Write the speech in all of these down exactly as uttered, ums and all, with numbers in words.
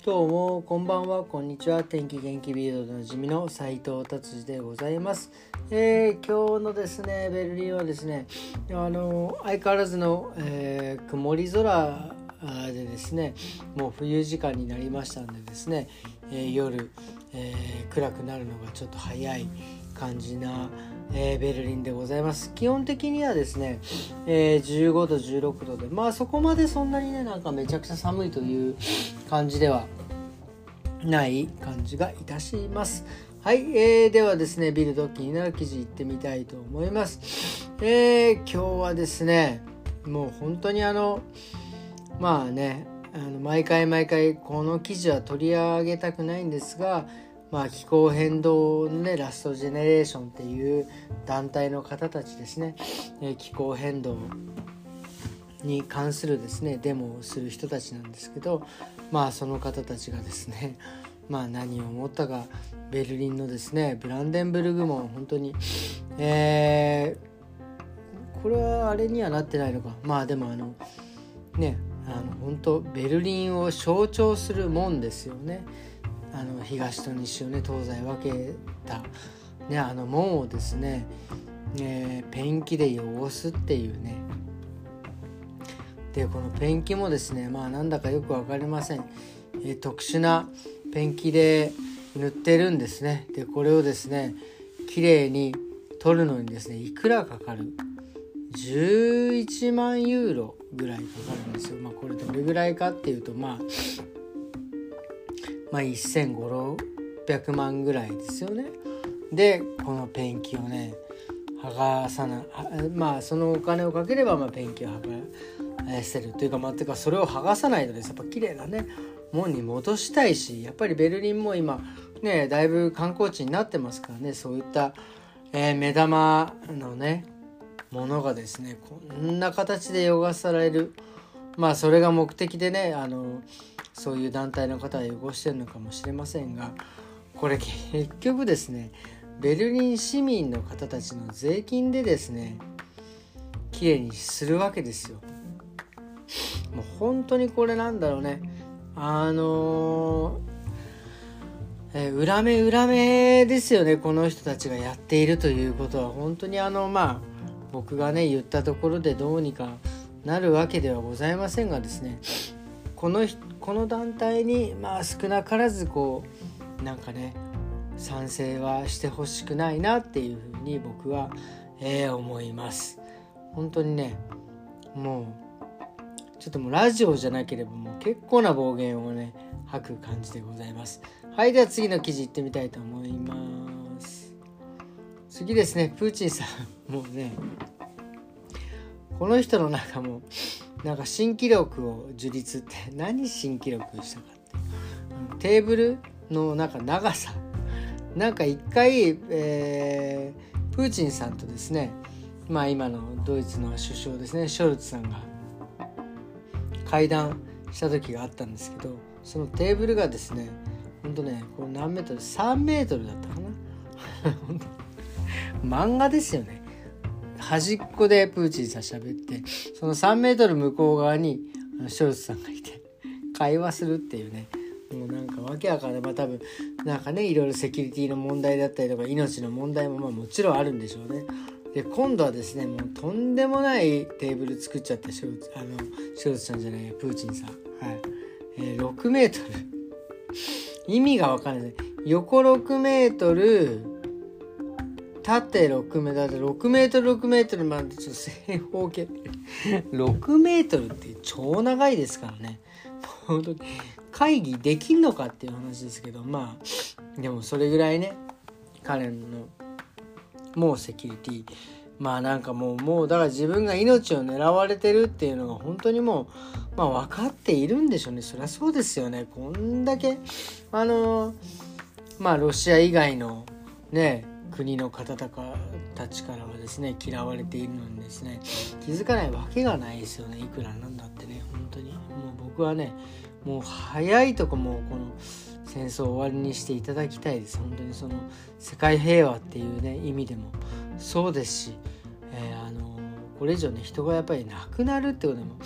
どうもこんばんは、こんにちは。天気元気ビルドでおなじみの斉藤達治でございます。えー、今日のですねベルリンはですねあの相変わらずの、えー、曇り空でですね、もう冬時間になりましたんでですね、えー、夜、えー、暗くなるのがちょっと早い感じな、えー、ベルリンでございます。基本的にはですね、えー、じゅうごどじゅうろくどで、まあそこまでそんなにねなんかめちゃくちゃ寒いという感じではない感じがいたします。はい、えー、ではですねビルド気になる記事いってみたいと思います。えー、今日はですねもう本当にあのまあねあの毎回毎回この記事は取り上げたくないんですが、まあ、気候変動のねラストジェネレーションっていう団体の方たちですね、えー、気候変動に関するですねデモをする人たちなんですけど、まあその方たちがですねまあ何を思ったかベルリンのですねブランデンブルグ門本当にえー、これはあれにはなってないのか、まあでもあのねあの本当ベルリンを象徴する門ですよね。あの東と西をね東西分けたねあの門をですね、えー、ペンキで汚すっていうね。でこのペンキもですねまあなんだかよく分かりません、えー、特殊なペンキで塗ってるんですね。でこれをですね綺麗に取るのにですねいくらかかるじゅういちまんユーロぐらいかかるんですよ。まあこれどれぐらいかっていうとまあまあせんごひゃくろっぴゃくまんぐらいですよね。でこのペンキをね剥がさないまあそのお金をかければまあペンキを剥がせるというかまあてかそれを剥がさないとですやっぱ綺麗なね門に戻したいし、やっぱりベルリンも今ねだいぶ観光地になってますからね、そういった、えー、目玉のねものがですねこんな形で汚される、まあそれが目的でねあのそういう団体の方は汚してるのかもしれませんが、これ結局ですねベルリン市民の方たちの税金でですねきれいにするわけですよ。もう本当にこれなんだろうねあのー、え裏目裏目ですよね。この人たちがやっているということは本当にあのまあ僕がね言ったところでどうにかなるわけではございませんがですね、このこの団体にまあ少なからずこうなんかね賛成はしてほしくないなっていうふうに僕は、えー、思います。本当にねもうちょっともうラジオじゃなければもう結構な暴言をね吐く感じでございます。はい、では次の記事いってみたいと思います。次ですねプーチンさんもうねこの人の中もなんか新記録を樹立って何新記録したかってテーブルのなんか長さなんか一回、えー、プーチンさんとですねまあ今のドイツの首相ですねショルツさんが会談した時があったんですけど、そのテーブルがですねほんとねこれ何メートルさんメートルだったかな漫画ですよね。端っこでプーチンさん喋ってそのさんメートル向こう側にショルツさんがいて会話するっていうね、もうなんかわけわかんない。まあ多分なんかねいろいろセキュリティの問題だったりとか命の問題もまあもちろんあるんでしょうね。で今度はですねもうとんでもないテーブル作っちゃってショルツあのショルツさんじゃないプーチンさん、はいえー、ろくメートル意味がわかんない。横ろくメートル縦ろくメートルだってろくメートルろくメートルまでちょっと正方形ろくメートルって超長いですからね。本当に会議できんのかっていう話ですけど、まあでもそれぐらいね彼のもうセキュリティまあなんかもうもうだから自分が命を狙われてるっていうのが本当にもうまあ分かっているんでしょうね。そりゃそうですよね。こんだけあのまあロシア以外のね国の方たちからはですね嫌われているのにですね気づかないわけがないですよね。いくらなんだってね本当にもう僕はねもう早いとこもうこの戦争を終わりにしていただきたいです。本当にその世界平和っていうね意味でもそうですし、えー、あのこれ以上ね人がやっぱり亡くなるってことでも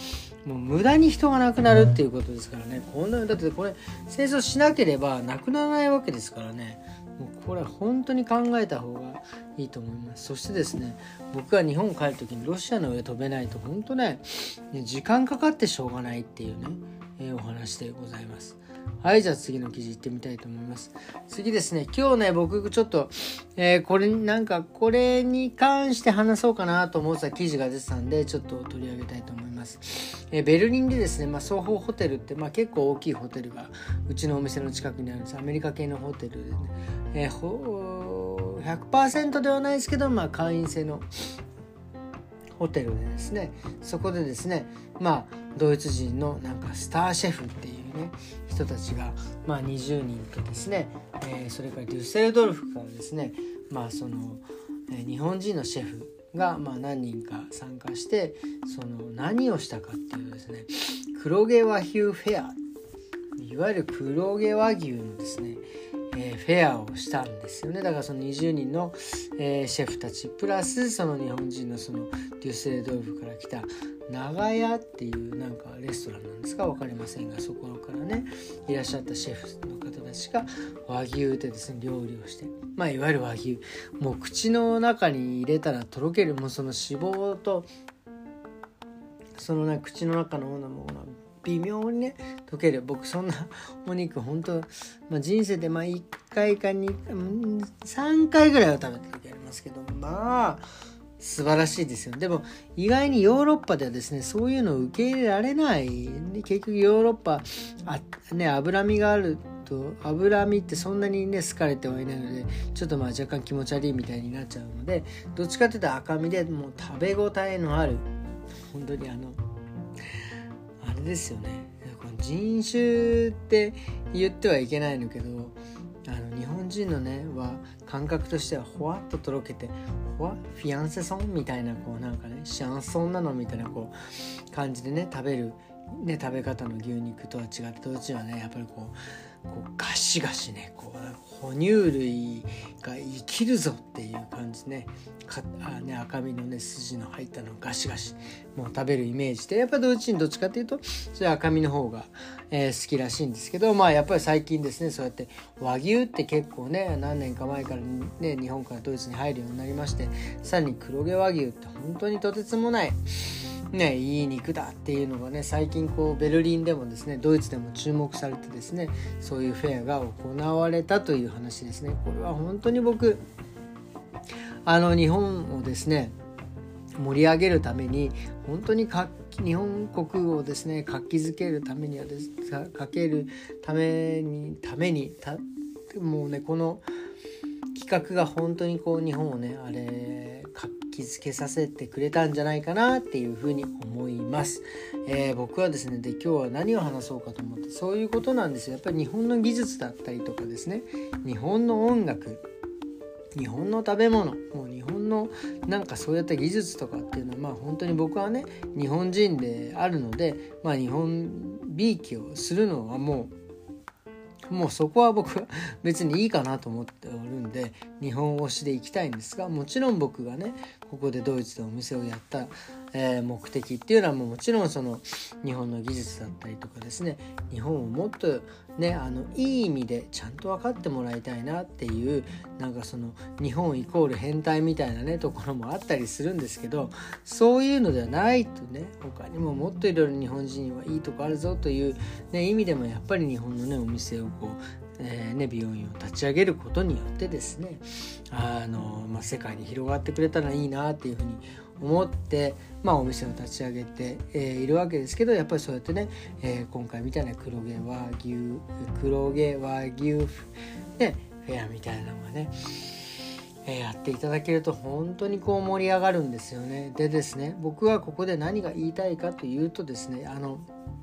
もう無駄に人が亡くなるっていうことですからね。こんなだってこれ戦争しなければなくならないわけですからね。もうこれは本当に考えた方がいいと思います。そしてですね、僕が日本帰る時にロシアの上飛べないと本当ね、時間かかってしょうがないっていうね、えー、お話でございます。はい、じゃあ次の記事行ってみたいと思います。次ですね、今日ね僕ちょっと、えー、これなんかこれに関して話そうかなと思ってた記事が出てたんで、ちょっと取り上げたいと思います。えー、ベルリンでですね、まあ、ソーホーホテルって、まあ、結構大きいホテルがうちのお店の近くにあるんです。アメリカ系のホテルでね、えー、ほ ひゃくパーセント ではないですけど、まあ、会員制のホテルでですね、そこでですね、まあドイツ人のなんかスターシェフっていうね人たちが、まあ、にじゅうにんとですね、えー、それからデュッセルドルフからですね、まあその、えー、日本人のシェフがまあ何人か参加して、その何をしたかっていうとですね、黒毛和牛フェア、いわゆる黒毛和牛のですね、えー、フェアをしたんですよね。だからそのにじゅうにんの、えー、シェフたちプラスその日本人のそのデュッセルドルフから来た長屋っていうなんかレストランなんですか分かりませんが、そこからねいらっしゃったシェフの方たちが和牛でですね料理をして、まあいわゆる和牛、もう口の中に入れたらとろける、もうその脂肪とそのね口の中のものも微妙にね溶ける。僕そんなお肉本当、まあ、人生でまあいっかいかにさんかいぐらいは食べた時ありますけど、まあ素晴らしいですよ。でも意外にヨーロッパではですねそういうのを受け入れられない。結局ヨーロッパあ、ね、脂身があると脂身ってそんなにね好かれてはいないので、ちょっとまあ若干気持ち悪いみたいになっちゃうので、どっちかというと赤身でもう食べ応えのある、本当にあのあれですよね、この人種って言ってはいけないのけど、あの日本人のねは感覚としてはほわっととろけて、ほわフィアンセソンみたいなこうなんかねシャンソンなのみたいなこう感じでね食べるね食べ方の牛肉とは違って、どっちはねやっぱりこうこうガシガシねこう哺乳類が生きるぞっていう感じね、かあね赤身のね筋の入ったのをガシガシもう食べるイメージで、やっぱどっちにどっちかっていうとそれ赤身の方が、えー、好きらしいんですけど、まあやっぱり最近ですねそうやって和牛って結構ね何年か前からね日本からドイツに入るようになりまして、さらに黒毛和牛って本当にとてつもないね、いい肉だっていうのがね最近こうベルリンでもですねドイツでも注目されてですね、そういうフェアが行われたという話ですね。これは本当に僕あの日本をですね盛り上げるために本当に活気日本国をですね活気づけるためにはですかけるためにためにたもうねこの企画が本当にこう日本をねあれ活気づけさせてくれたんじゃないかなっていうふうに思います。えー、僕はですねで今日は何を話そうかと思って、そういうことなんですよ。やっぱり日本の技術だったりとかですね、日本の音楽、日本の食べ物、もう日本のなんかそういった技術とかっていうのはまあ本当に僕はね日本人であるので、まあ日本びいきをするのはもうもうそこは僕は別にいいかなと思っておるんで日本推しでいきたいんですが、もちろん僕がねここでドイツでお店をやった、えー、目的っていうのはもうもちろんその日本の技術だったりとかですね、日本をもっとねあのいい意味でちゃんと分かってもらいたいなっていう、なんかその日本イコール変態みたいなねところもあったりするんですけど、そういうのではないとね、他にももっといろいろ日本人はいいとこあるぞという、ね、意味でもやっぱり日本のねお店をこうえーね、美容院を立ち上げることによってですね、あの、まあ、世界に広がってくれたらいいなっていうふうに思って、まあ、お店を立ち上げて、えー、いるわけですけど、やっぱりそうやってね、えー、今回みたいな黒毛和牛黒毛和牛、ね、フェアみたいなのがね、えー、やっていただけると本当にこう盛り上がるんですよね。でですね、僕はここで何が言いたいかというとですね、あの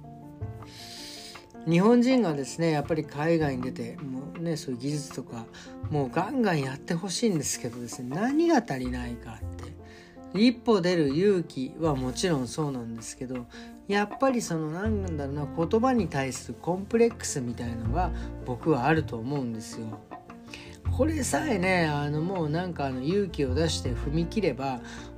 日本人がですねやっぱり海外に出てもうねそういう技術とかもうガンガンやってほしいんですけどですね、何が足りないかって一歩出る勇気はもちろんそうなんですけど、やっぱりそのなんだろうな言葉に対するコンプレックスみたいのが僕はあると思うんですよ。これさえねあのもうなんかあの勇気を出して踏み切れば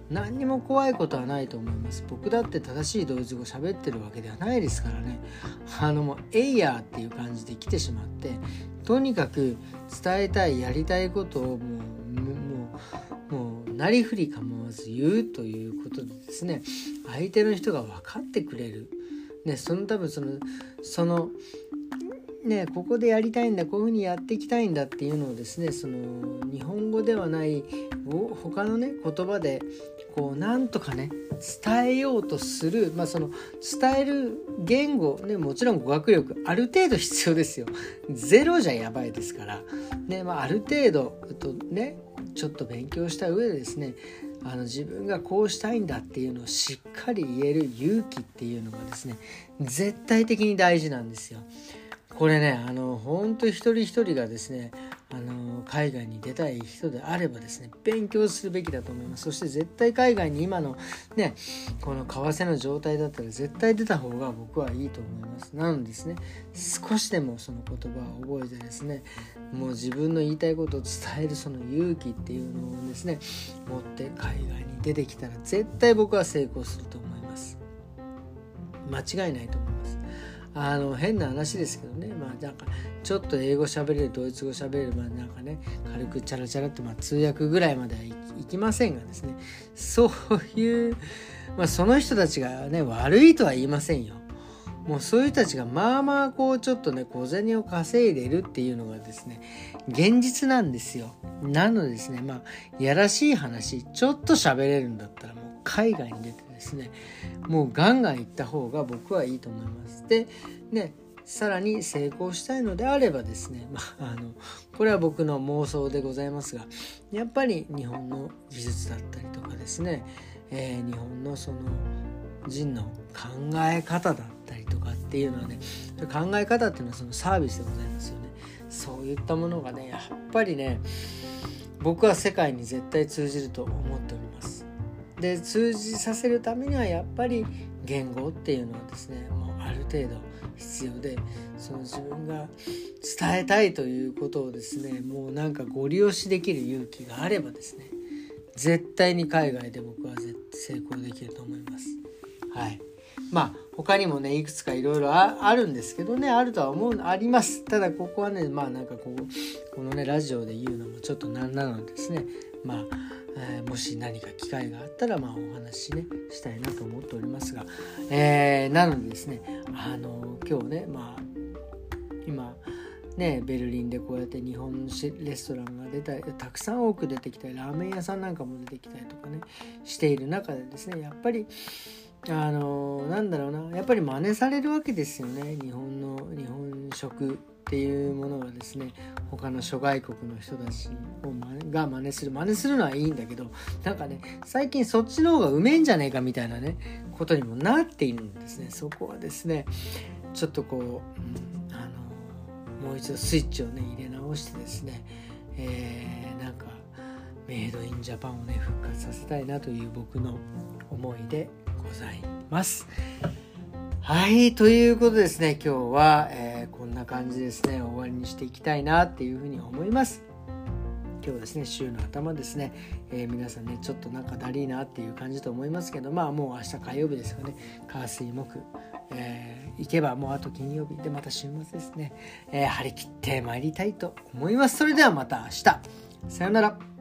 何にも怖いことはないと思います。僕だって正しいドイツ語喋ってるわけではないですからね。あのもうエイヤーっていう感じで来てしまって、とにかく伝えたいやりたいことをもうもうもうなりふり構わず言うということでですね、相手の人が分かってくれる、ね、その多分そのそのね、ここでやりたいんだ、こういうふうにやっていきたいんだっていうのをですね、その日本語ではない他のね言葉でこうなんとかね伝えようとする、まあその伝える言語ね、もちろん語学力ある程度必要ですよ。ゼロじゃやばいですからね、まあ、ある程度とねちょっと勉強した上でですね、あの自分がこうしたいんだっていうのをしっかり言える勇気っていうのがですね、絶対的に大事なんですよ。これね、あの本当一人一人がですね、あの海外に出たい人であればですね、勉強するべきだと思います。そして絶対海外に今のねこの為替の状態だったら絶対出た方が僕はいいと思います。なのでですね、少しでもその言葉を覚えてですね、もう自分の言いたいことを伝えるその勇気っていうのをですね持って海外に出てきたら絶対僕は成功すると思います。間違いないと思います。あの変な話ですけどね、まあなんかちょっと英語喋れる、ドイツ語喋れる、まあなんかね軽くチャラチャラって、まあ通訳ぐらいまではいきませんがですね、そういう、まあその人たちがね悪いとは言いませんよ。もうそういう人たちがまあまあこうちょっとね小銭を稼いでるっていうのがですね現実なんですよ。なのでですね、まあやらしい話ちょっと喋れるんだったらもう海外に出てですね、もうガンガン行った方が僕はいいと思います。でね、さらに成功したいのであればですね、まあ、あのこれは僕の妄想でございますが、やっぱり日本の技術だったりとかですね、えー、日本のその人の考え方だったりとかっていうのはね、考え方っていうのはそのサービスでございますよね。そういったものがねやっぱりね僕は世界に絶対通じると思っております。で通じさせるためにはやっぱり言語っていうのはですねもうある程度必要で、その自分が伝えたいということをですねもうなんかご利用しできる勇気があればですね絶対に海外で僕は成功できると思います。はい。まあ他にもねいくつかいろいろあるんですけどね、あるとは思うあります。ただここはねまあなんかこうこのねラジオで言うのもちょっとなんなのですね、まあ、えー、もし何か機会があったらまあお話ねしたいなと思っておりますが、えー、なのでですねあの今日ねまあ今ねベルリンでこうやって日本レストランが出たりたくさん多く出てきたり、ラーメン屋さんなんかも出てきたりとかねしている中でですね、やっぱりあのなんだろうなやっぱり真似されるわけですよね。日本の日本食っていうものがですね他の諸外国の人たちをが真似する真似するのはいいんだけど、なんかね最近そっちの方がうめえんじゃねえかみたいなねことにもなっているんですね。そこはですねちょっとこう、うん、あのもう一度スイッチをね入れ直してですね、えー、なんかメイドインジャパンをね復活させたいなという僕の思いでございます。はい、ということでですね今日は、えー、こんな感じですね終わりにしていきたいなっていうふうに思います。今日はですね週の頭ですね、えー、皆さんねちょっとなんかだりーなっていう感じと思いますけど、まあもう明日火曜日ですよね。火水木、えー、行けばもうあと金曜日でまた週末ですね、えー、張り切って参りたいと思います。それではまた明日、さよなら。